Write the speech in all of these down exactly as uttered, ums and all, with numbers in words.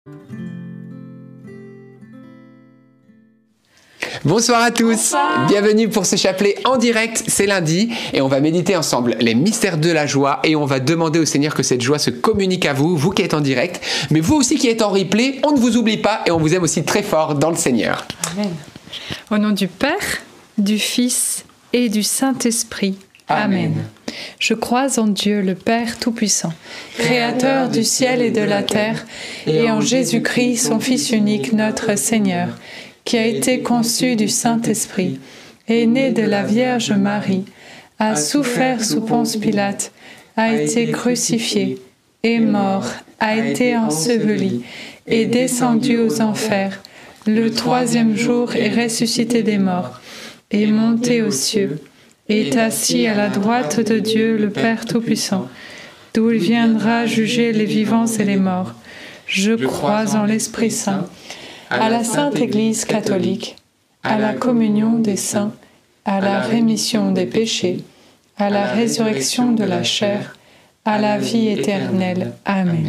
Bonsoir à tous, Bonsoir. Bienvenue pour ce chapelet en direct, c'est lundi et on va méditer ensemble les mystères de la joie et on va demander au Seigneur que cette joie se communique à vous, vous qui êtes en direct, mais vous aussi qui êtes en replay, on ne vous oublie pas et on vous aime aussi très fort dans le Seigneur. Amen. Au nom du Père, du Fils et du Saint-Esprit. Amen. Amen. Je crois en Dieu le Père Tout-Puissant, Créateur du ciel et de la terre, et en Jésus-Christ, son Fils unique, notre Seigneur, qui a été conçu du Saint-Esprit, est né de la Vierge Marie, a souffert sous Ponce Pilate, a été crucifié, est mort, a été enseveli, est descendu aux enfers, le troisième jour est ressuscité des morts, est monté aux cieux, est assis à la droite de Dieu le Père Tout-Puissant, d'où il viendra juger les vivants et les morts. Je crois en l'Esprit Saint, à la Sainte Église catholique, à la communion des saints, à la rémission des péchés, à la résurrection de la chair, à la vie éternelle. Amen.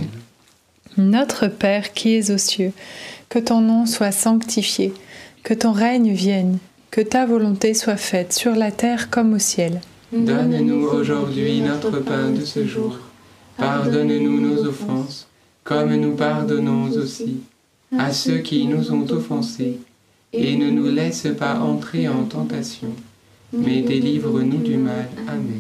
Notre Père qui es aux cieux, que ton nom soit sanctifié, que ton règne vienne, que ta volonté soit faite sur la terre comme au ciel. Donne-nous aujourd'hui notre pain de ce jour. Pardonne-nous nos offenses, comme nous pardonnons aussi à ceux qui nous ont offensés, et ne nous laisse pas entrer en tentation, mais délivre-nous du mal. Amen.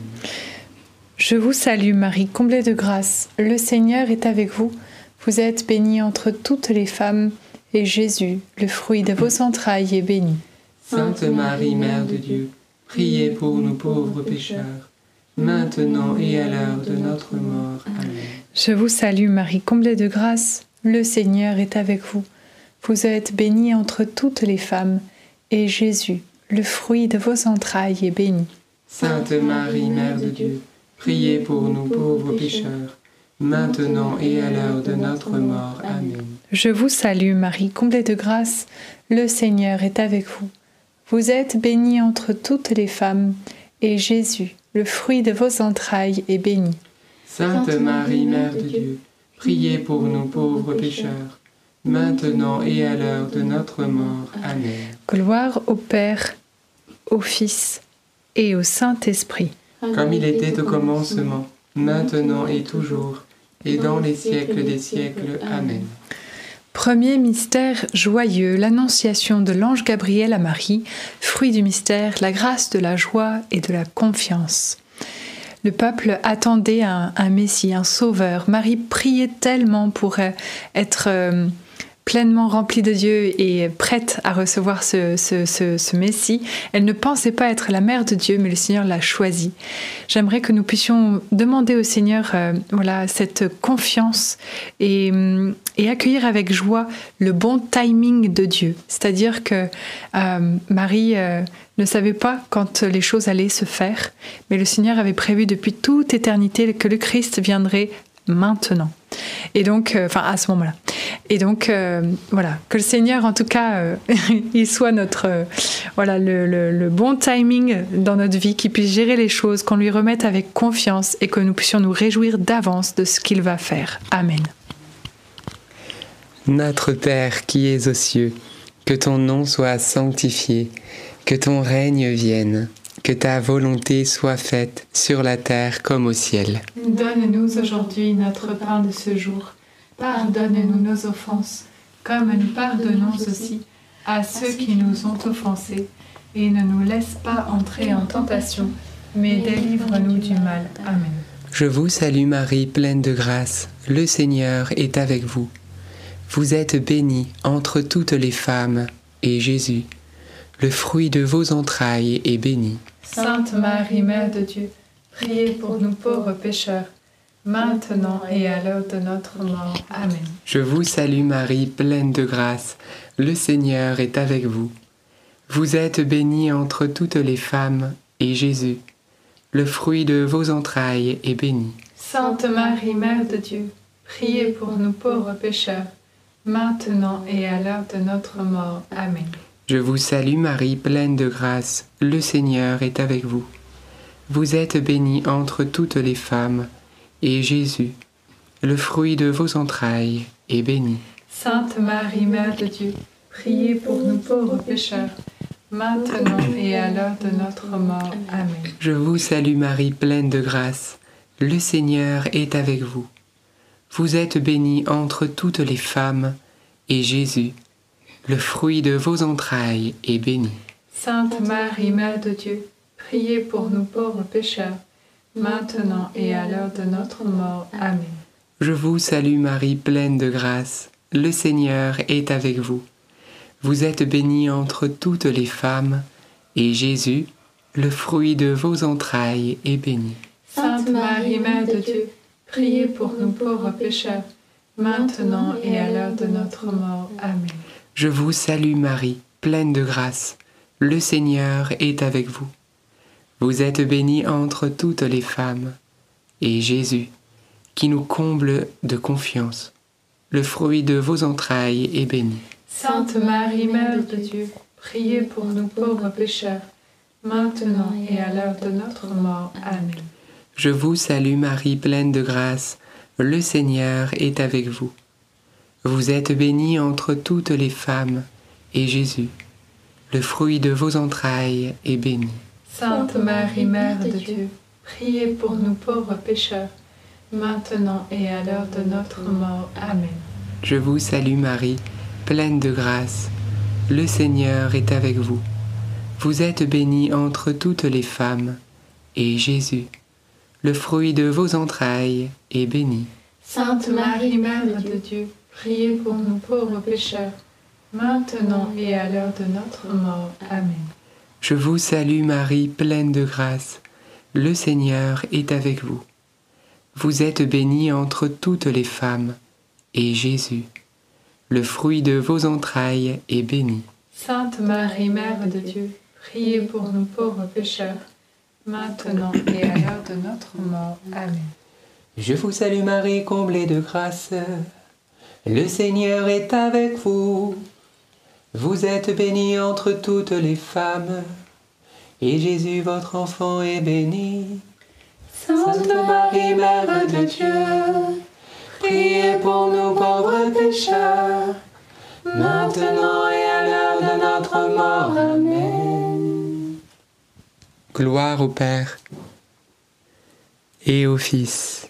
Je vous salue Marie, comblée de grâce, le Seigneur est avec vous. Vous êtes bénie entre toutes les femmes, et Jésus, le fruit de vos entrailles, est béni. Sainte Marie, Mère de Dieu, priez pour nous pauvres pécheurs, maintenant et à l'heure de notre mort. Amen. Je vous salue Marie, comblée de grâce, le Seigneur est avec vous. Vous êtes bénie entre toutes les femmes, et Jésus, le fruit de vos entrailles, est béni. Sainte Marie, Mère de Dieu, priez pour nous pauvres pécheurs, maintenant et à l'heure de notre mort. Amen. Je vous salue Marie, comblée de grâce, le Seigneur est avec vous. Vous êtes bénie entre toutes les femmes, et Jésus, le fruit de vos entrailles, est béni. Sainte Marie, Mère de Dieu, priez pour nous pauvres pécheurs, maintenant et à l'heure de notre mort. Amen. Gloire au Père, au Fils et au Saint-Esprit. Comme il était au commencement, maintenant et toujours, et dans les siècles des siècles. Amen. Premier mystère joyeux, l'annonciation de l'ange Gabriel à Marie, fruit du mystère, la grâce de la joie et de la confiance. Le peuple attendait un, un Messie, un sauveur. Marie priait tellement pour être euh, pleinement remplie de Dieu et prête à recevoir ce, ce, ce, ce Messie. Elle ne pensait pas être la mère de Dieu, mais le Seigneur l'a choisie. J'aimerais que nous puissions demander au Seigneur euh, voilà, cette confiance et, et accueillir avec joie le bon timing de Dieu. C'est-à-dire que euh, Marie euh, ne savait pas quand les choses allaient se faire, mais le Seigneur avait prévu depuis toute éternité que le Christ viendrait maintenant. Et donc, enfin euh, à ce moment-là. Et donc, euh, voilà, que le Seigneur, en tout cas, euh, il soit notre, euh, voilà, le, le, le bon timing dans notre vie, qu'il puisse gérer les choses, qu'on lui remette avec confiance et que nous puissions nous réjouir d'avance de ce qu'il va faire. Amen. Notre Père qui es aux cieux, que ton nom soit sanctifié, que ton règne vienne, que ta volonté soit faite sur la terre comme au ciel. Donne-nous aujourd'hui notre pain de ce jour. Pardonne-nous nos offenses, comme nous pardonnons aussi à ceux qui nous ont offensés. Et ne nous laisse pas entrer en tentation, mais délivre-nous du mal. Amen. Je vous salue Marie, pleine de grâce, le Seigneur est avec vous. Vous êtes bénie entre toutes les femmes, et Jésus, le fruit de vos entrailles, est béni. Sainte Marie, Mère de Dieu, priez pour nous pauvres pécheurs, maintenant et à l'heure de notre mort. Amen. Je vous salue Marie, pleine de grâce, le Seigneur est avec vous. Vous êtes bénie entre toutes les femmes, et Jésus, le fruit de vos entrailles, est béni. Sainte Marie, Mère de Dieu, priez pour nous pauvres pécheurs, maintenant et à l'heure de notre mort. Amen. Je vous salue Marie, pleine de grâce, le Seigneur est avec vous. Vous êtes bénie entre toutes les femmes, et Jésus, le fruit de vos entrailles, est béni. Sainte Marie, Mère de Dieu, priez pour nous pauvres pécheurs, maintenant et à l'heure de notre mort. Amen. Je vous salue Marie, pleine de grâce. Le Seigneur est avec vous. Vous êtes bénie entre toutes les femmes, et Jésus, le fruit de vos entrailles, est béni. Sainte Marie, Mère de Dieu, priez pour nous pauvres pécheurs, maintenant et à l'heure de notre mort. Amen. Je vous salue Marie, pleine de grâce. Le Seigneur est avec vous. Vous êtes bénie entre toutes les femmes, et Jésus, le fruit de vos entrailles, est béni. Sainte Marie, Mère de Dieu, priez pour nous pauvres pécheurs, maintenant et à l'heure de notre mort. Amen. Je vous salue Marie, pleine de grâce. Le Seigneur est avec vous. Vous êtes bénie entre toutes les femmes, et Jésus, qui nous comble de confiance, le fruit de vos entrailles, est béni. Sainte Marie, Mère de Dieu, priez pour nous pauvres pécheurs, maintenant et à l'heure de notre mort. Amen. Je vous salue Marie, pleine de grâce. Le Seigneur est avec vous. Vous êtes bénie entre toutes les femmes, et Jésus, le fruit de vos entrailles, est béni. Sainte Marie, Mère de Dieu, priez pour nous pauvres pécheurs, maintenant et à l'heure de notre mort. Amen. Je vous salue Marie, pleine de grâce. Le Seigneur est avec vous. Vous êtes bénie entre toutes les femmes, et Jésus, le fruit de vos entrailles, est béni. Sainte Marie, Mère de Dieu, priez pour nous pauvres pécheurs, maintenant et à l'heure de notre mort. Amen. Je vous salue Marie, pleine de grâce. Le Seigneur est avec vous. Vous êtes bénie entre toutes les femmes, et Jésus, le fruit de vos entrailles, est béni. Sainte Marie, Mère de Dieu, priez pour nous pauvres pécheurs, maintenant et à l'heure de notre mort. Amen. Je vous salue Marie, comblée de grâce. Le Seigneur est avec vous. Vous êtes bénie entre toutes les femmes, et Jésus, votre enfant, est béni. Sainte Marie, Mère de Dieu, priez pour nous pauvres pécheurs, maintenant et à l'heure de notre mort. Amen. Gloire au Père, et au Fils,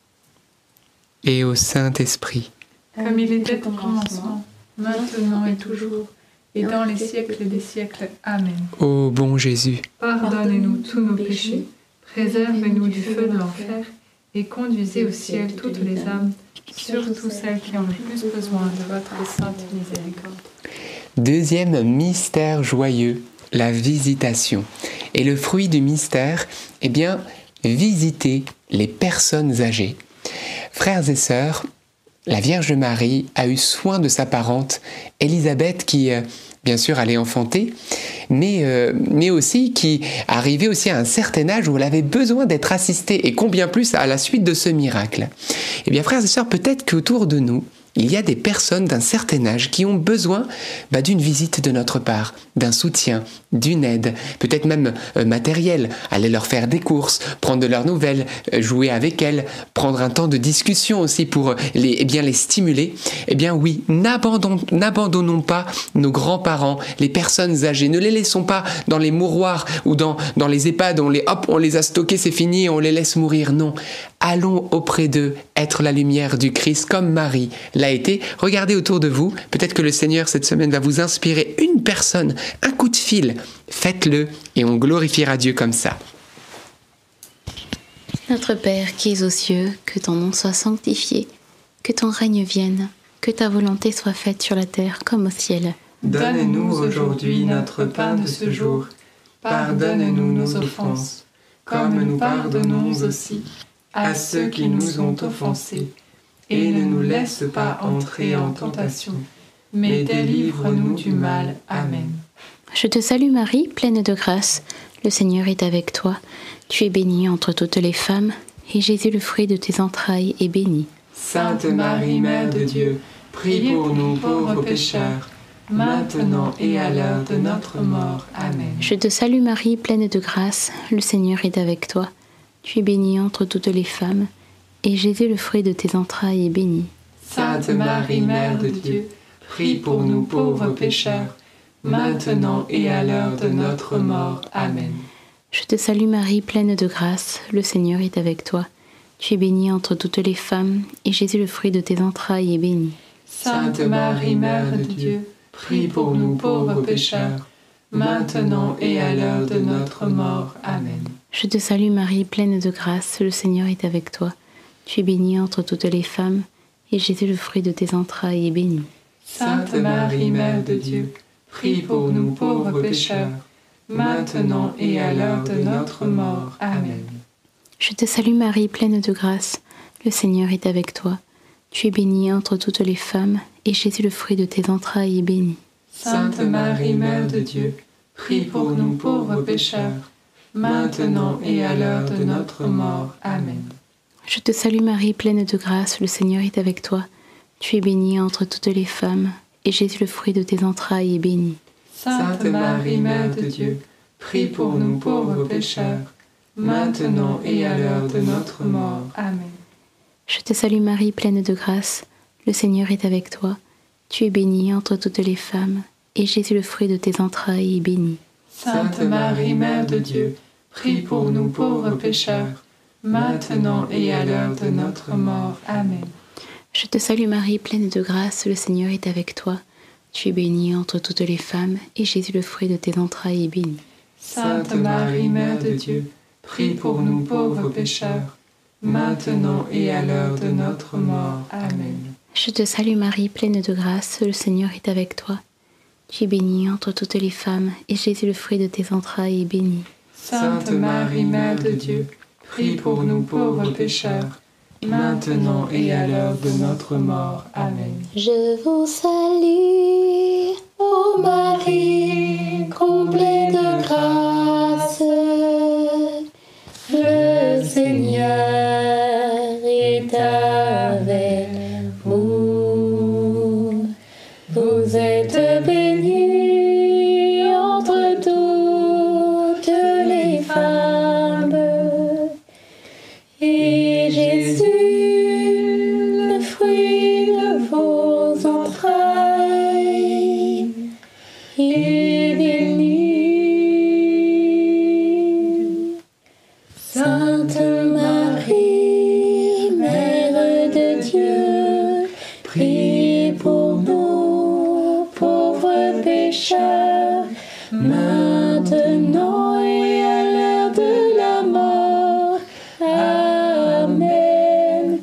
et au Saint-Esprit. Comme il était au commencement, maintenant et toujours, et dans les siècles des siècles. Amen. Ô bon Jésus, pardonnez-nous tous nos péchés, préservez-nous du feu de l'enfer, et conduisez au ciel toutes les âmes, surtout celles qui ont le plus besoin de votre sainte miséricorde. Deuxième mystère joyeux, la visitation. Et le fruit du mystère, eh bien, visiter les personnes âgées. Frères et sœurs, la Vierge Marie a eu soin de sa parente, Élisabeth, qui, euh, bien sûr, allait enfanter, mais, euh, mais aussi qui arrivait aussi à un certain âge où elle avait besoin d'être assistée, et combien plus à la suite de ce miracle. Eh bien, frères et sœurs, peut-être qu'autour de nous, il y a des personnes d'un certain âge qui ont besoin bah, d'une visite de notre part, d'un soutien, d'une aide, peut-être même euh, matérielle, aller leur faire des courses, prendre de leurs nouvelles, euh, jouer avec elles, prendre un temps de discussion aussi pour les, eh bien, les stimuler. Eh bien oui, n'abandon, n'abandonnons pas nos grands-parents, les personnes âgées, ne les laissons pas dans les mouroirs ou dans, dans les EHPAD, on les, hop, on les a stockés, c'est fini, on les laisse mourir. Non, allons auprès d'eux, être la lumière du Christ comme Marie l'a été. Regardez autour de vous, peut-être que le Seigneur cette semaine va vous inspirer une personne, un coup de fil. Faites-le et on glorifiera Dieu comme ça. Notre Père qui es aux cieux, que ton nom soit sanctifié, que ton règne vienne, que ta volonté soit faite sur la terre comme au ciel. Donne-nous aujourd'hui notre pain de ce jour. Pardonne-nous nos offenses, comme nous pardonnons aussi à ceux qui nous ont offensés. Et ne nous laisse pas entrer en tentation, mais délivre-nous du mal. Amen. Je te salue Marie, pleine de grâce. Le Seigneur est avec toi. Tu es bénie entre toutes les femmes, et Jésus, le fruit de tes entrailles, est béni. Sainte Marie, Mère de Dieu, prie pour nous pauvres pécheurs, maintenant et à l'heure de notre mort. Amen. Je te salue Marie, pleine de grâce. Le Seigneur est avec toi. Tu es bénie entre toutes les femmes, et Jésus, le fruit de tes entrailles, est béni. Sainte Marie, Mère de Dieu, prie pour nous pauvres pécheurs, maintenant et à l'heure de notre mort. Amen. Je te salue Marie, pleine de grâce, le Seigneur est avec toi. Tu es bénie entre toutes les femmes, et Jésus, le fruit de tes entrailles, est béni. Sainte Marie, Mère de Dieu, prie pour nous pauvres pécheurs, maintenant et à l'heure de notre mort. Amen. Je te salue Marie, pleine de grâce, le Seigneur est avec toi. Tu es bénie entre toutes les femmes, et Jésus, le fruit de tes entrailles, est béni. Sainte Marie, Mère de Dieu, prie pour nous pauvres pécheurs, maintenant et à l'heure de notre mort. Amen. Je te salue Marie, pleine de grâce, le Seigneur est avec toi. Tu es bénie entre toutes les femmes, et Jésus, le fruit de tes entrailles, est béni. Sainte Marie, Mère de Dieu, prie pour nous pauvres pécheurs, maintenant et à l'heure de notre mort. Amen. Je te salue Marie, pleine de grâce, le Seigneur est avec toi. Tu es bénie entre toutes les femmes, et Jésus, le fruit de tes entrailles, est béni. Sainte Marie, Mère de Dieu, prie pour nous pauvres pécheurs, maintenant et à l'heure de notre mort. Amen. Je te salue Marie, pleine de grâce, le Seigneur est avec toi. Tu es bénie entre toutes les femmes, et Jésus, le fruit de tes entrailles, est béni. Sainte Marie, Mère de Dieu, prie pour nous pauvres pécheurs, maintenant et à l'heure de notre mort. Amen. Je te salue Marie, pleine de grâce, le Seigneur est avec toi. Tu es bénie entre toutes les femmes, et Jésus, le fruit de tes entrailles, est béni. Sainte Marie, Mère de Dieu, prie pour nous pauvres pécheurs, maintenant et à l'heure de notre mort. Amen. Je te salue Marie, pleine de grâce, le Seigneur est avec toi. Tu es bénie entre toutes les femmes, et Jésus, le fruit de tes entrailles, est béni. Sainte Marie, Mère de Dieu, prie pour nous pauvres pécheurs, maintenant et à l'heure de notre mort. Amen. Je vous salue, ô Marie, comblée de grâce. Le Seigneur est avec vous. Vous êtes bénie entre toutes les femmes. Et Jésus, le fruit de vos entrailles, est béni. Sainte Marie, Mère de Dieu, prie pour nous, pauvres pécheurs, maintenant et à l'heure de la mort. Amen.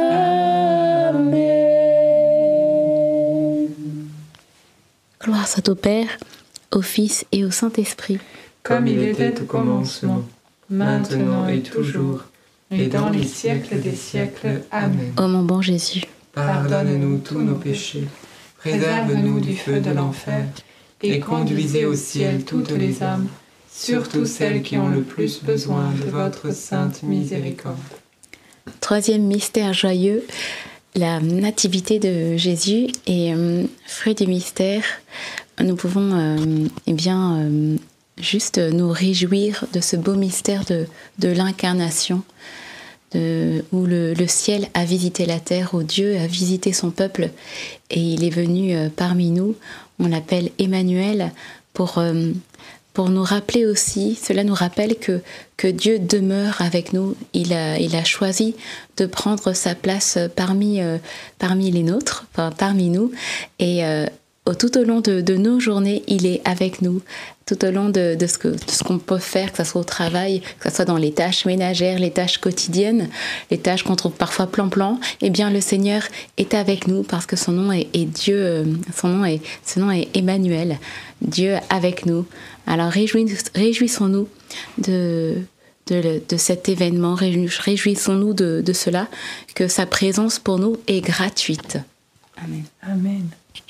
Amen. Gloire soit au Père, au Fils et au Saint-Esprit. Comme il était au commencement, maintenant et toujours, et dans les siècles des siècles. Amen. Ô mon bon Jésus, Pardonne-nous tous nos péchés, préserve-nous du feu de l'enfer, et conduisez au ciel toutes les âmes, surtout celles qui ont le plus besoin de votre sainte miséricorde. troisième mystère joyeux, la nativité de Jésus. Et euh, fruit du mystère, nous pouvons euh, eh bien, euh, juste nous réjouir de ce beau mystère de, de l'incarnation, de, où le, le ciel a visité la terre, où Dieu a visité son peuple et il est venu euh, parmi nous. On l'appelle Emmanuel pour, euh, pour nous rappeler aussi, cela nous rappelle que, que Dieu demeure avec nous. Il a, il a choisi de prendre sa place parmi, euh, parmi les nôtres, enfin, parmi nous. Et euh, tout au long de, de nos journées, il est avec nous. Tout au long de, de ce que, de ce qu'on peut faire, que ce soit au travail, que ce soit dans les tâches ménagères, les tâches quotidiennes, les tâches qu'on trouve parfois plan-plan, eh bien le Seigneur est avec nous parce que son nom est, est Dieu, son nom est, son nom est Emmanuel, Dieu avec nous. Alors réjouissons-nous de, de, de cet événement, réjouissons-nous de, de cela, que sa présence pour nous est gratuite. Amen. Amen.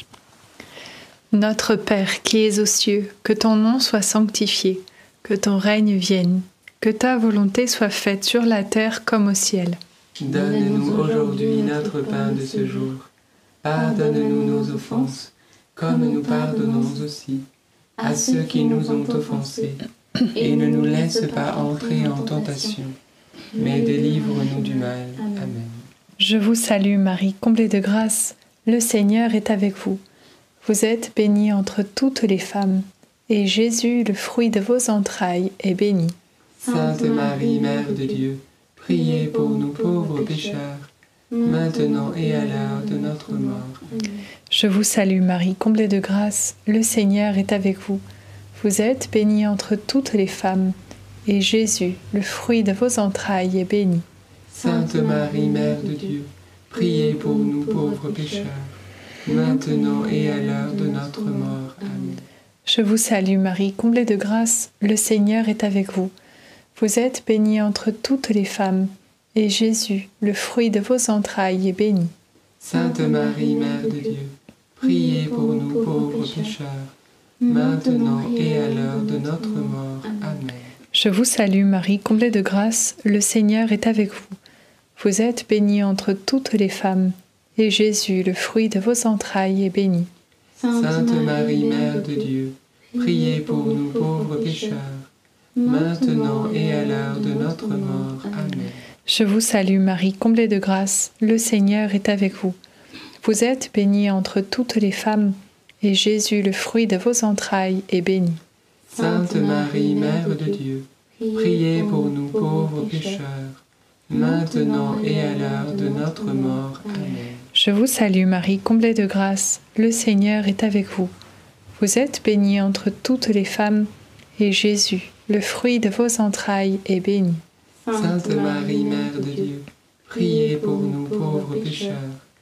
Notre Père qui es aux cieux, que ton nom soit sanctifié, que ton règne vienne, que ta volonté soit faite sur la terre comme au ciel. Donne-nous aujourd'hui notre pain de ce jour. Pardonne-nous nos offenses, comme nous pardonnons aussi à ceux qui nous ont offensés. Et ne nous laisse pas entrer en tentation, mais délivre-nous du mal. Amen. Je vous salue Marie, comblée de grâce, le Seigneur est avec vous. Vous êtes bénie entre toutes les femmes, et Jésus, le fruit de vos entrailles, est béni. Sainte Marie, Mère de Dieu, priez pour nous pauvres pécheurs, maintenant et à l'heure de notre mort. Je vous salue Marie, comblée de grâce, le Seigneur est avec vous. Vous êtes bénie entre toutes les femmes, et Jésus, le fruit de vos entrailles, est béni. Sainte Marie, Mère de Dieu, priez pour nous pauvres pécheurs, maintenant et à l'heure de notre mort. Amen. Je vous salue Marie, comblée de grâce, le Seigneur est avec vous. Vous êtes bénie entre toutes les femmes, et Jésus, le fruit de vos entrailles, est béni. Sainte Marie, Mère de Dieu, priez pour nous pauvres pécheurs, maintenant et à l'heure de notre mort. Amen. Je vous salue Marie, comblée de grâce, le Seigneur est avec vous. Vous êtes bénie entre toutes les femmes, et Jésus, le fruit de vos entrailles, est béni. Sainte Marie, Mère de Dieu, priez pour nous pauvres pécheurs, maintenant et à l'heure de notre mort. Amen. Je vous salue Marie, comblée de grâce, le Seigneur est avec vous. Vous êtes bénie entre toutes les femmes, et Jésus, le fruit de vos entrailles, est béni. Sainte Marie, Mère de Dieu, priez pour nous pauvres pécheurs, maintenant et à l'heure de notre mort. Amen. Je vous salue Marie, comblée de grâce, le Seigneur est avec vous. Vous êtes bénie entre toutes les femmes, et Jésus, le fruit de vos entrailles, est béni. Sainte Marie, Mère de Dieu, priez pour nous pauvres pécheurs,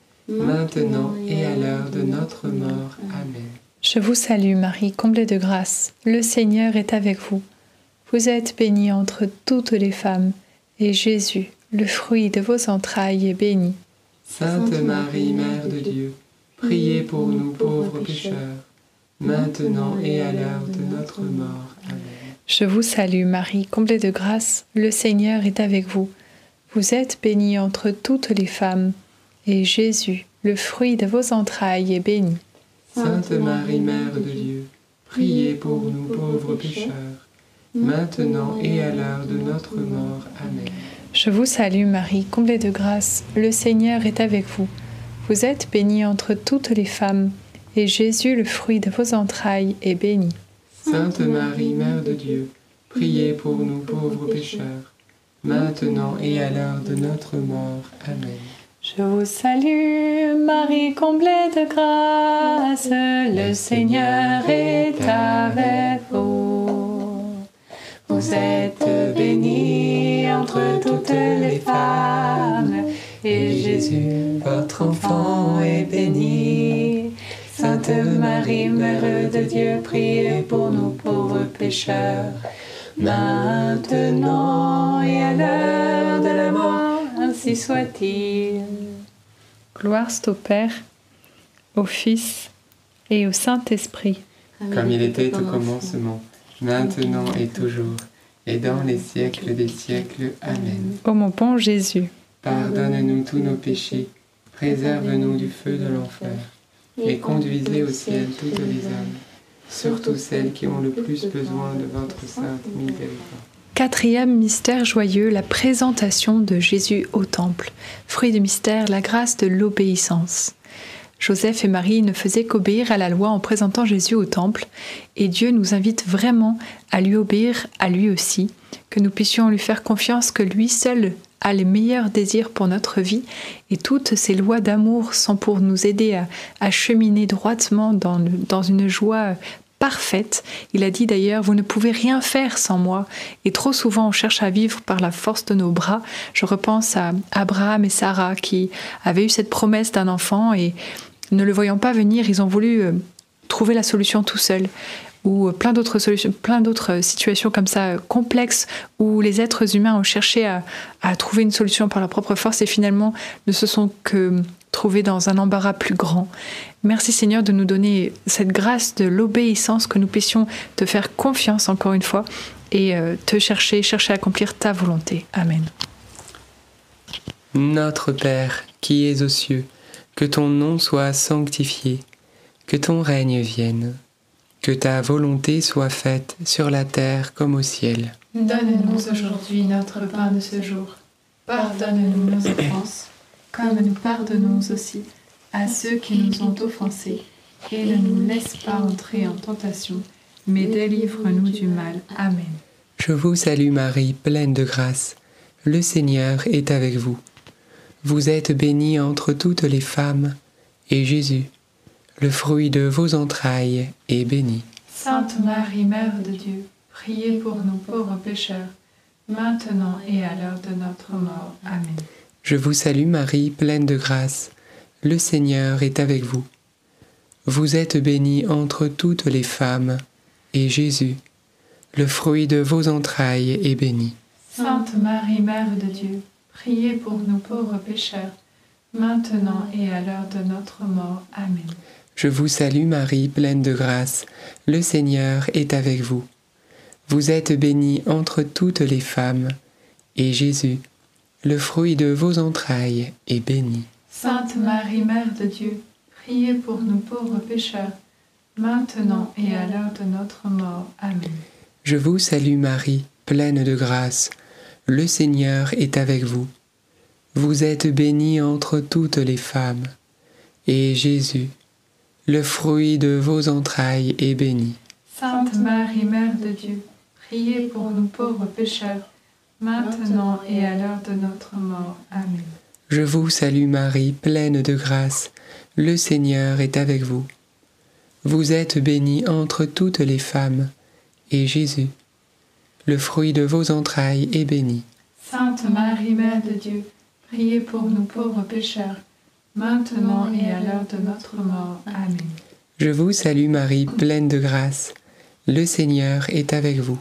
maintenant et à l'heure de notre mort. Amen. Je vous salue Marie, comblée de grâce, le Seigneur est avec vous. Vous êtes bénie entre toutes les femmes, et Jésus, le fruit de vos entrailles, est béni. Sainte Marie, Mère de Dieu, priez pour nous pauvres pécheurs, maintenant et à l'heure de notre mort. Amen. Je vous salue Marie, comblée de grâce, le Seigneur est avec vous. Vous êtes bénie entre toutes les femmes, et Jésus, le fruit de vos entrailles, est béni. Sainte Marie, Mère de Dieu, priez pour nous pauvres pécheurs, maintenant et à l'heure de notre mort. Amen. Je vous salue Marie, comblée de grâce, le Seigneur est avec vous. Vous êtes bénie entre toutes les femmes, et Jésus, le fruit de vos entrailles, est béni. Sainte Marie, Mère de Dieu, priez pour nous pauvres pécheurs, maintenant et à l'heure de notre mort. Amen. Je vous salue, Marie, comblée de grâce, le Seigneur est avec vous. Vous êtes bénie entre toutes les femmes, et Jésus, votre enfant, est béni. Sainte Marie, Mère de Dieu, priez pour nous pauvres pécheurs, maintenant et à l'heure de la mort, ainsi soit-il. Gloire au Père, au Fils et au Saint-Esprit. Comme il était au commencement, maintenant et toujours, et dans les siècles des siècles. Amen. Ô mon bon Jésus, pardonne-nous tous nos péchés, préserve-nous du feu de l'enfer, et conduisez au ciel toutes les âmes, surtout celles qui ont le plus besoin de votre sainte miséricorde. Quatrième mystère joyeux, la présentation de Jésus au temple. Fruit du mystère, la grâce de l'obéissance. Joseph et Marie ne faisaient qu'obéir à la loi en présentant Jésus au temple, et Dieu nous invite vraiment à lui obéir à lui aussi, que nous puissions lui faire confiance que lui seul a les meilleurs désirs pour notre vie, et toutes ces lois d'amour sont pour nous aider à, à cheminer droitement dans, dans une joie parfaite. Il a dit d'ailleurs, vous ne pouvez rien faire sans moi. Et trop souvent, on cherche à vivre par la force de nos bras. Je repense à Abraham et Sarah qui avaient eu cette promesse d'un enfant et ne le voyant pas venir, ils ont voulu euh, trouver la solution tout seuls. Ou plein d'autres solutions, plein d'autres situations comme ça complexes où les êtres humains ont cherché à, à trouver une solution par leur propre force et finalement ne se sont que trouvés dans un embarras plus grand. Merci Seigneur de nous donner cette grâce de l'obéissance, que nous puissions te faire confiance encore une fois et euh, te chercher, chercher à accomplir ta volonté. Amen. Notre Père, qui es aux cieux, que ton nom soit sanctifié, que ton règne vienne. Que ta volonté soit faite sur la terre comme au ciel. Donne-nous aujourd'hui notre pain de ce jour. Pardonne-nous nos offenses, comme nous pardonnons aussi à ceux qui nous ont offensés. Et ne nous laisse pas entrer en tentation, mais délivre-nous du mal. Amen. Je vous salue Marie, pleine de grâce. Le Seigneur est avec vous. Vous êtes bénie entre toutes les femmes, et Jésus, le fruit de vos entrailles, est béni. Sainte Marie, Mère de Dieu, priez pour nous pauvres pécheurs, maintenant et à l'heure de notre mort. Amen. Je vous salue Marie, pleine de grâce. Le Seigneur est avec vous. Vous êtes bénie entre toutes les femmes, et Jésus, le fruit de vos entrailles, est béni. Sainte Marie, Mère de Dieu, priez pour nous pauvres pécheurs, maintenant et à l'heure de notre mort. Amen. Je vous salue Marie, pleine de grâce. Le Seigneur est avec vous. Vous êtes bénie entre toutes les femmes, et Jésus, le fruit de vos entrailles, est béni. Sainte Marie, Mère de Dieu, priez pour nous pauvres pécheurs, maintenant et à l'heure de notre mort. Amen. Je vous salue Marie, pleine de grâce. Le Seigneur est avec vous. Vous êtes bénie entre toutes les femmes, et Jésus, le fruit de vos entrailles, est béni. Sainte Marie, Mère de Dieu, priez pour nous pauvres pécheurs, maintenant et à l'heure de notre mort. Amen. Je vous salue Marie, pleine de grâce. Le Seigneur est avec vous. Vous êtes bénie entre toutes les femmes, et Jésus, le fruit de vos entrailles, est béni. Sainte Marie, Mère de Dieu, priez pour nous pauvres pécheurs, maintenant et à l'heure de notre mort. Amen. Je vous salue Marie, pleine de grâce. Le Seigneur est avec vous.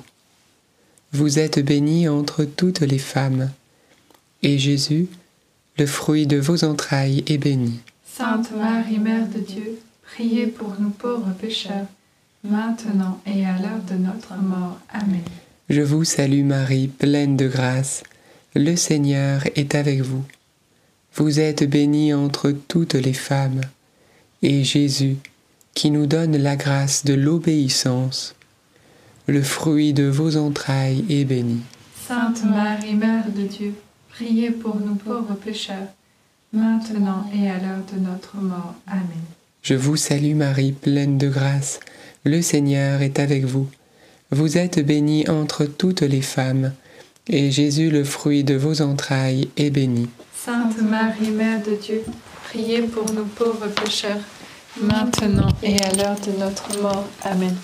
Vous êtes bénie entre toutes les femmes, et Jésus, le fruit de vos entrailles, est béni. Sainte Marie, Mère de Dieu, priez pour nous pauvres pécheurs, maintenant et à l'heure de notre mort. Amen. Je vous salue Marie, pleine de grâce. Le Seigneur est avec vous. Vous êtes bénie entre toutes les femmes, et Jésus, qui nous donne la grâce de l'obéissance, le fruit de vos entrailles, est béni. Sainte Marie, Mère de Dieu, priez pour nous pauvres pécheurs, maintenant et à l'heure de notre mort. Amen. Je vous salue Marie, pleine de grâce. Le Seigneur est avec vous. Vous êtes bénie entre toutes les femmes, et Jésus, le fruit de vos entrailles, est béni. Sainte Marie, Mère de Dieu, priez pour nous pauvres pécheurs, maintenant et à l'heure de notre mort. Amen.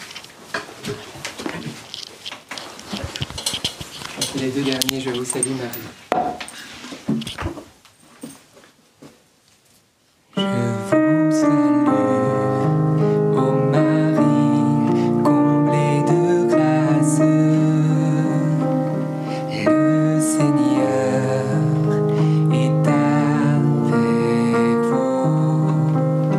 Les deux derniers, je vous salue Marie. Je vous salue, ô Marie, comblée de grâce. Le Seigneur est avec vous.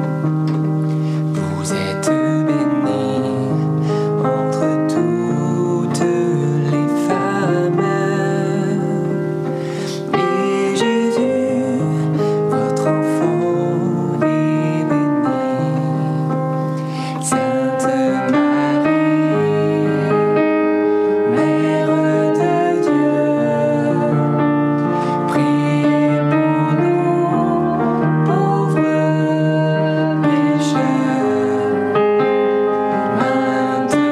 Vous êtes bénie entre toutes les femmes, et Jésus, votre enfant, est béni. Sainte Marie, Mère de Dieu, priez pour nous pauvres pécheurs, maintenant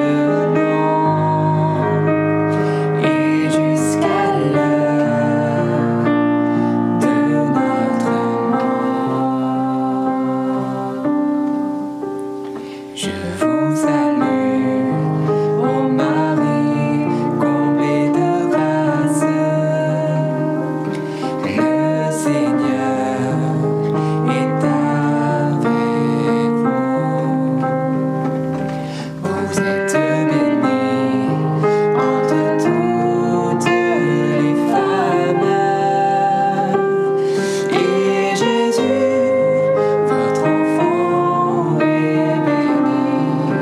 et jusqu'à l'heure de notre mort. Je vous salue, ô Marie, comblée de grâce. Le Seigneur est avec vous. Vous êtes bénie entre toutes les femmes, et Jésus, votre enfant, est béni.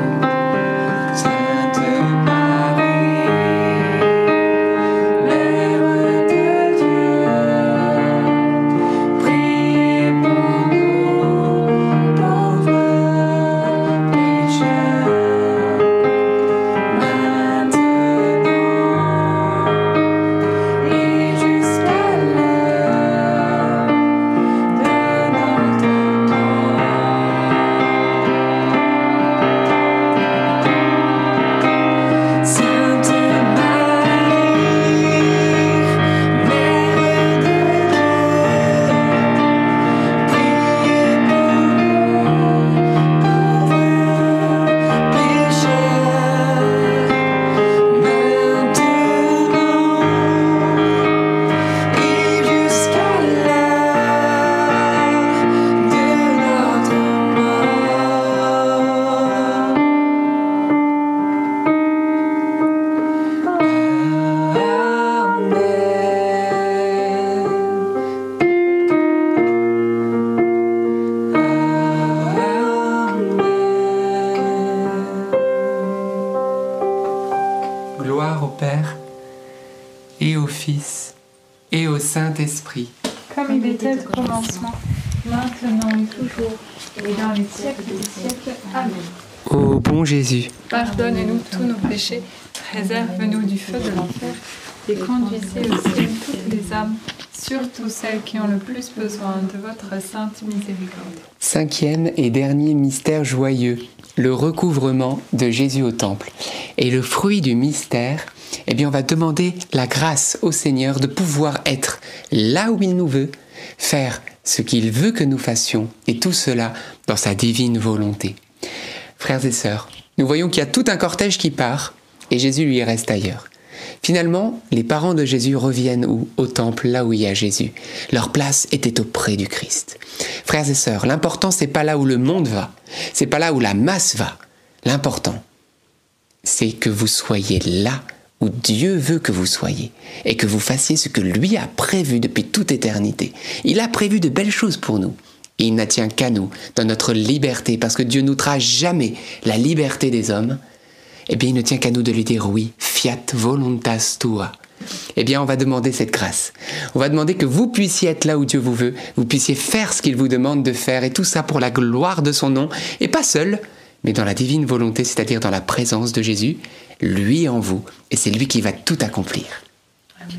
Père, et au Fils, et au Saint-Esprit. Comme il était au commencement, maintenant et toujours, et dans les siècles des siècles. Amen. Ô bon Jésus, Pardonne-nous tous nos péchés, préserve-nous du feu de l'enfer, et conduisez au ciel toutes les âmes, surtout celles qui ont le plus besoin de votre sainte miséricorde. cinquième et dernier mystère joyeux, le recouvrement de Jésus au temple. Et le fruit du mystère, eh bien on va demander la grâce au Seigneur de pouvoir être là où il nous veut, faire ce qu'il veut que nous fassions, et tout cela dans sa divine volonté. Frères et sœurs, nous voyons qu'il y a tout un cortège qui part, et Jésus lui reste ailleurs. Finalement, les parents de Jésus reviennent où, au temple, là où il y a Jésus. Leur place était auprès du Christ. Frères et sœurs, l'important, c'est pas là où le monde va, c'est pas là où la masse va. L'important, c'est que vous soyez là où Dieu veut que vous soyez et que vous fassiez ce que lui a prévu depuis toute éternité. Il a prévu de belles choses pour nous. Et il n'attient qu'à nous, dans notre liberté, parce que Dieu n'ôtera jamais la liberté des hommes. Eh bien, il ne tient qu'à nous de lui dire oui, fiat voluntas tua. Eh bien, on va demander cette grâce. On va demander que vous puissiez être là où Dieu vous veut, vous puissiez faire ce qu'il vous demande de faire, et tout ça pour la gloire de son nom, et pas seul, mais dans la divine volonté, c'est-à-dire dans la présence de Jésus, lui en vous, et c'est lui qui va tout accomplir. Amen.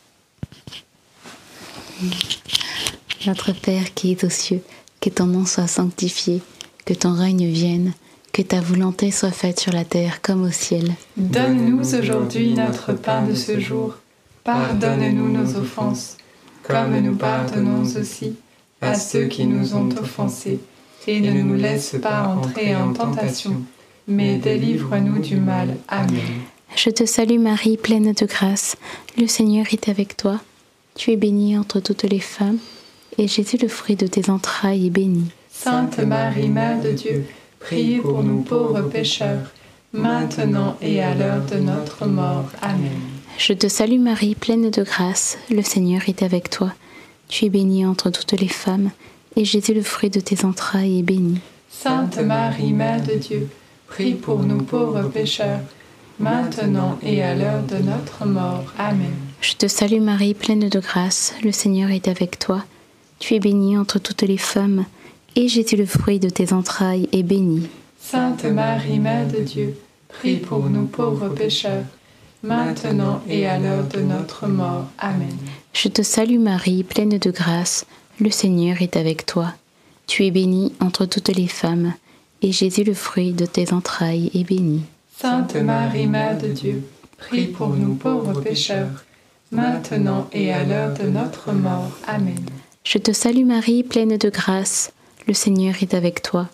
Notre Père qui es aux cieux, que ton nom soit sanctifié, que ton règne vienne, que ta volonté soit faite sur la terre comme au ciel. Donne-nous aujourd'hui notre pain de ce jour. Pardonne-nous nos offenses, comme nous pardonnons aussi à ceux qui nous ont offensés. Et ne nous laisse pas entrer en tentation, mais délivre-nous du mal. Amen. Je te salue Marie, pleine de grâce. Le Seigneur est avec toi. Tu es bénie entre toutes les femmes, et Jésus, le fruit de tes entrailles, est béni. Sainte Marie, Mère de Dieu, priez pour nous pauvres pécheurs, maintenant et à l'heure de notre mort. Amen. Je te salue Marie, pleine de grâce. Le Seigneur est avec toi. Tu es bénie entre toutes les femmes, et Jésus, le fruit de tes entrailles, est béni. Sainte Marie, Mère de Dieu, prie pour nous pauvres pécheurs, maintenant et à l'heure de notre mort. Amen. Je te salue Marie, pleine de grâce. Le Seigneur est avec toi. Tu es bénie entre toutes les femmes, et Jésus, le fruit de tes entrailles, est béni. Sainte Marie, Mère de Dieu, prie pour nous pauvres pécheurs, maintenant et à l'heure de notre mort. Amen. Je te salue Marie, pleine de grâce. Le Seigneur est avec toi. Tu es bénie entre toutes les femmes, et Jésus, le fruit de tes entrailles, est béni. Sainte Marie, Mère de Dieu, prie pour nous pauvres pécheurs, maintenant et à l'heure de notre mort. Amen. Je te salue Marie, pleine de grâce. Le Seigneur est avec toi.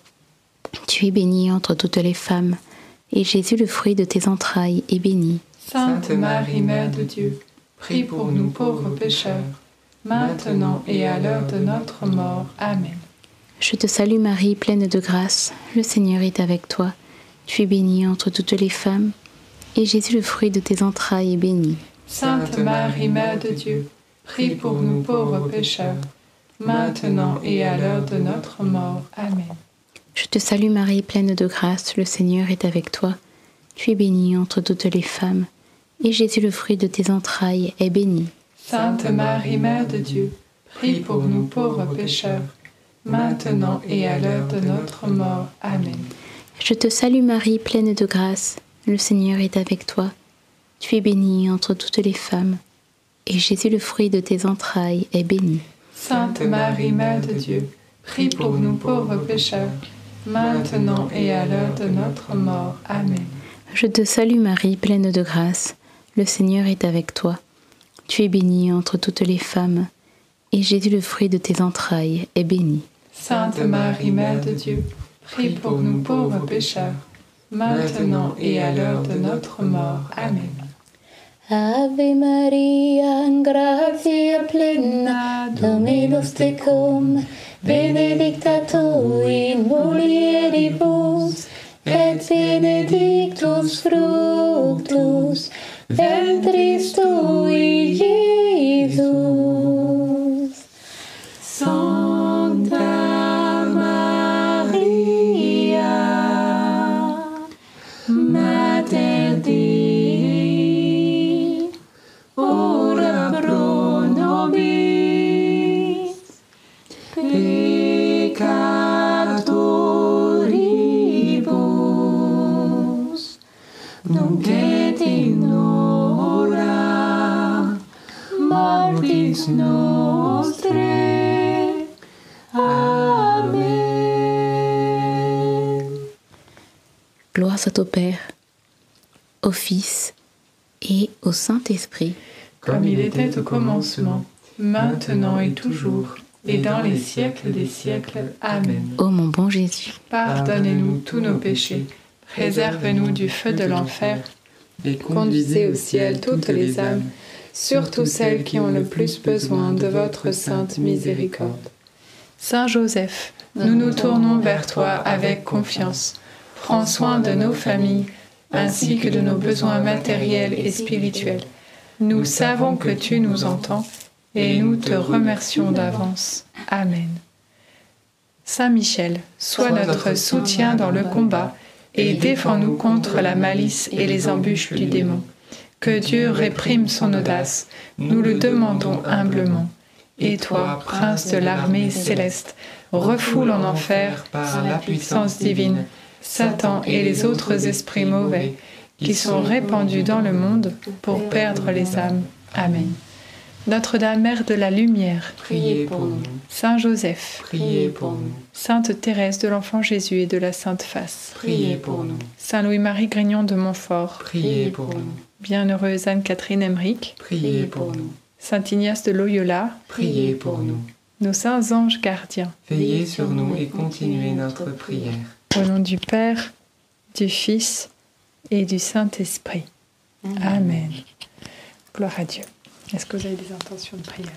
Tu es bénie entre toutes les femmes, et Jésus, le fruit de tes entrailles, est béni. Sainte Marie, Mère de Dieu, prie pour nous pauvres pécheurs, maintenant et à l'heure de notre mort. Amen. Je te salue Marie, pleine de grâce. Le Seigneur est avec toi. Tu es bénie entre toutes les femmes, et Jésus, le fruit de tes entrailles, est béni. Sainte Marie, Mère de Dieu, prie pour nous pauvres pécheurs, maintenant et à l'heure de notre mort. Amen. Je te salue Marie, pleine de grâce. Le Seigneur est avec toi. Tu es bénie entre toutes les femmes, et Jésus, le fruit de tes entrailles, est béni. Sainte Marie, Mère de Dieu, prie pour nous pauvres pécheurs, maintenant et à l'heure de notre mort. Amen. Je te salue Marie, pleine de grâce. Le Seigneur est avec toi. Tu es bénie entre toutes les femmes, et Jésus, le fruit de tes entrailles, est béni. Sainte Marie, Mère de Dieu, prie pour nous pauvres pécheurs, maintenant et à l'heure de notre mort. Amen. Je te salue Marie, pleine de grâce. Le Seigneur est avec toi. Tu es bénie entre toutes les femmes, et Jésus, le fruit de tes entrailles, est béni. Sainte Marie, Mère de Dieu, prie pour nous pauvres pécheurs, maintenant et à l'heure de notre mort. Amen. Ave Maria, gratia plena, Dominus tecum, benedicta tu in mulieribus, et benedictus fructus ventris tui, Iesus. Sancta Maria, Mater Dei, nunc et in hora mortis nostrae. Amen. Gloire soit au Père, au Fils et au Saint-Esprit, comme il était au commencement, maintenant et toujours, et dans les siècles des siècles. Amen. ô mon bon Jésus, Pardonnez-nous tous nos péchés, préservez-nous du feu de l'enfer, Et conduisez au ciel toutes les âmes, surtout celles qui ont le plus besoin de votre sainte miséricorde. Saint Joseph, nous nous tournons vers toi avec confiance. Prends soin de nos familles, ainsi que de nos besoins matériels et spirituels. Nous savons que tu nous entends, et nous te remercions d'avance. Amen. Saint Michel, sois notre soutien dans le combat, et défends-nous contre la malice et les embûches du démon. Que Dieu réprime son audace, nous le demandons humblement. Et toi, prince de l'armée céleste, refoule en enfer, par la puissance divine, Satan et les autres esprits mauvais, qui sont répandus dans le monde pour perdre les âmes. Amen. Notre-Dame, Mère de la Lumière, Priez pour nous. Saint Joseph, Priez pour nous. Sainte Thérèse de l'Enfant Jésus et de la Sainte Face, Priez pour nous. Saint Louis-Marie Grignon de Montfort, Priez pour nous. Bienheureuse Anne-Catherine Emmerich, Priez pour nous. Saint Ignace de Loyola, Priez pour nous. nos saints anges gardiens. Veillez sur nous et continuez notre prière. Au nom du Père, du Fils et du Saint-Esprit. Amen. Gloire à Dieu. Est-ce que vous avez des intentions de prière?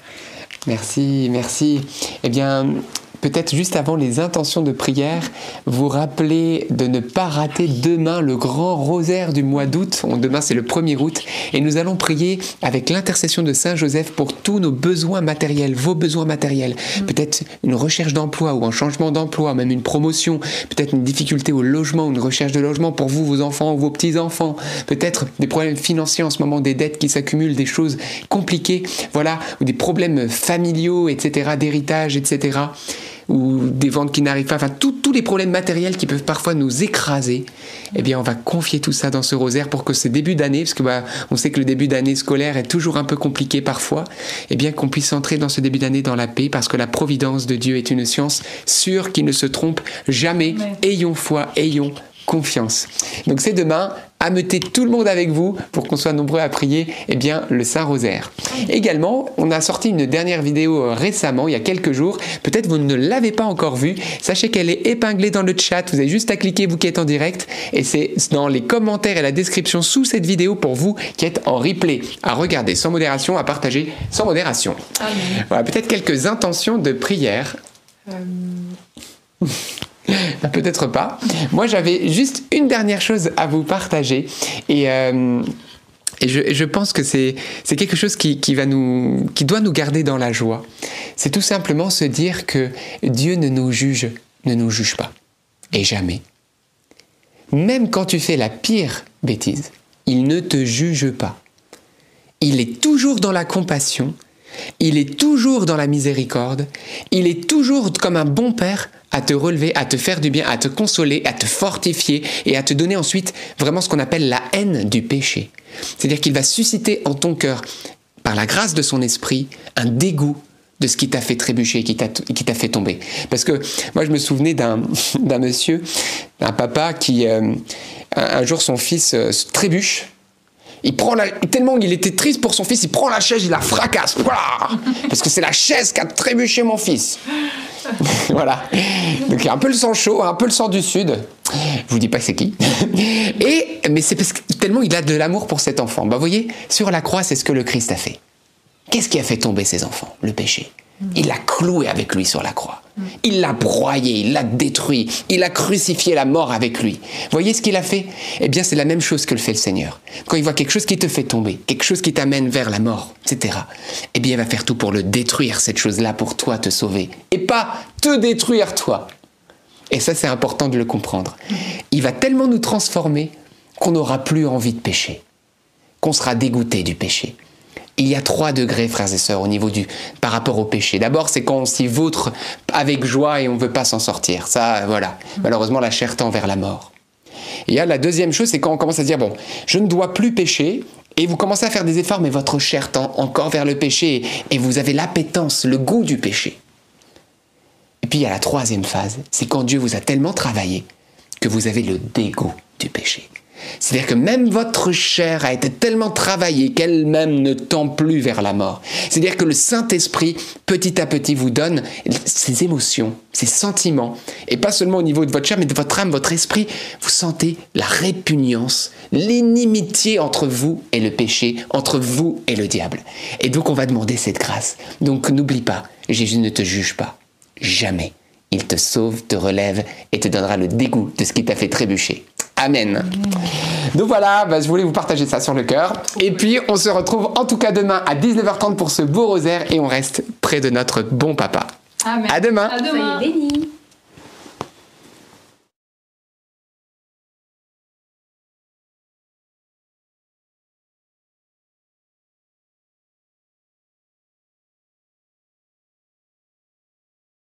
Merci, merci. Eh bien, peut-être juste avant les intentions de prière, vous rappelez de ne pas rater demain le grand rosaire du mois d'août. Demain, c'est le premier août. Et nous allons prier avec l'intercession de Saint Joseph pour tous nos besoins matériels, vos besoins matériels. Mmh. Peut-être une recherche d'emploi ou un changement d'emploi, même une promotion. Peut-être une difficulté au logement, une recherche de logement pour vous, vos enfants ou vos petits-enfants. Peut-être des problèmes financiers en ce moment, des dettes qui s'accumulent, des choses compliquées, voilà, ou des problèmes familiaux, et cetera, d'héritage, et cetera, ou des ventes qui n'arrivent pas, enfin tous les problèmes matériels qui peuvent parfois nous écraser, eh bien on va confier tout ça dans ce rosaire pour que ce début d'année, parce que bah, on sait que le début d'année scolaire est toujours un peu compliqué parfois, eh bien qu'on puisse entrer dans ce début d'année dans la paix, parce que la providence de Dieu est une science sûre qui ne se trompe jamais. Ouais. Ayons foi, ayons confiance. Donc c'est demain, ameutez tout le monde avec vous pour qu'on soit nombreux à prier eh bien, le Saint-Rosaire. Également, on a sorti une dernière vidéo récemment, il y a quelques jours. Peut-être vous ne l'avez pas encore vue. Sachez qu'elle est épinglée dans le chat. Vous avez juste à cliquer, vous qui êtes en direct. Et c'est dans les commentaires et la description sous cette vidéo pour vous qui êtes en replay. À regarder sans modération, à partager sans modération. Amen. Voilà, peut-être quelques intentions de prière. Euh... Peut-être pas. Moi, j'avais juste une dernière chose à vous partager. Et, euh, et je, je pense que c'est, c'est quelque chose qui, qui, va nous, qui doit nous garder dans la joie. C'est tout simplement se dire que Dieu ne nous juge, ne nous juge pas. Et jamais. Même quand tu fais la pire bêtise, il ne te juge pas. Il est toujours dans la compassion. Il est toujours dans la miséricorde. Il est toujours comme un bon père à te relever, à te faire du bien, à te consoler, à te fortifier et à te donner ensuite vraiment ce qu'on appelle la haine du péché. C'est-à-dire qu'il va susciter en ton cœur, par la grâce de son esprit, un dégoût de ce qui t'a fait trébucher, qui t'a, qui t'a fait tomber. Parce que moi, je me souvenais d'un, d'un monsieur, d'un papa qui, euh, un jour, son fils euh, trébuche. Il prend la, tellement il était triste pour son fils, il prend la chaise, il la fracasse. Voilà, parce que c'est la chaise qui a trébuché mon fils. Voilà. Donc il y a un peu le sang chaud, un peu le sang du Sud. Je vous dis pas c'est qui. Et, mais c'est parce que tellement il a de l'amour pour cet enfant. Bah, vous voyez, sur la croix, c'est ce que le Christ a fait. Qu'est-ce qui a fait tomber ses enfants? Le péché. Il l'a cloué avec lui sur la croix. Il l'a broyé, il l'a détruit, il a crucifié la mort avec lui. Vous voyez ce qu'il a fait? Eh bien, c'est la même chose que le fait le Seigneur. Quand il voit quelque chose qui te fait tomber, quelque chose qui t'amène vers la mort, et cetera, eh bien, il va faire tout pour le détruire, cette chose-là, pour toi te sauver. Et pas te détruire, toi. Et ça, c'est important de le comprendre. Il va tellement nous transformer qu'on n'aura plus envie de pécher, qu'on sera dégoûté du péché. Il y a trois degrés, frères et sœurs, au niveau du, par rapport au péché. D'abord, c'est quand on s'y vautre avec joie et on ne veut pas s'en sortir. Ça, voilà. Malheureusement, la chair tend vers la mort. il y a la deuxième chose, c'est quand on commence à se dire, bon, je ne dois plus pécher, et vous commencez à faire des efforts, mais votre chair tend encore vers le péché, et vous avez l'appétence, le goût du péché. Et puis il y a la troisième phase, c'est quand Dieu vous a tellement travaillé que vous avez le dégoût du péché. C'est-à-dire que même votre chair a été tellement travaillée qu'elle-même ne tend plus vers la mort. C'est-à-dire que le Saint-Esprit, petit à petit, vous donne ses émotions, ses sentiments, et pas seulement au niveau de votre chair, mais de votre âme, votre esprit. Vous sentez la répugnance, l'inimitié entre vous et le péché, entre vous et le diable. Et donc on va demander cette grâce. Donc n'oublie pas, Jésus ne te juge pas, jamais. Il te sauve, te relève et te donnera le dégoût de ce qui t'a fait trébucher. Amen. Donc voilà, bah, je voulais vous partager ça sur le cœur. Et puis, on se retrouve en tout cas demain à dix-neuf heures trente pour ce beau rosaire et on reste près de notre bon papa. Amen. À demain. À demain.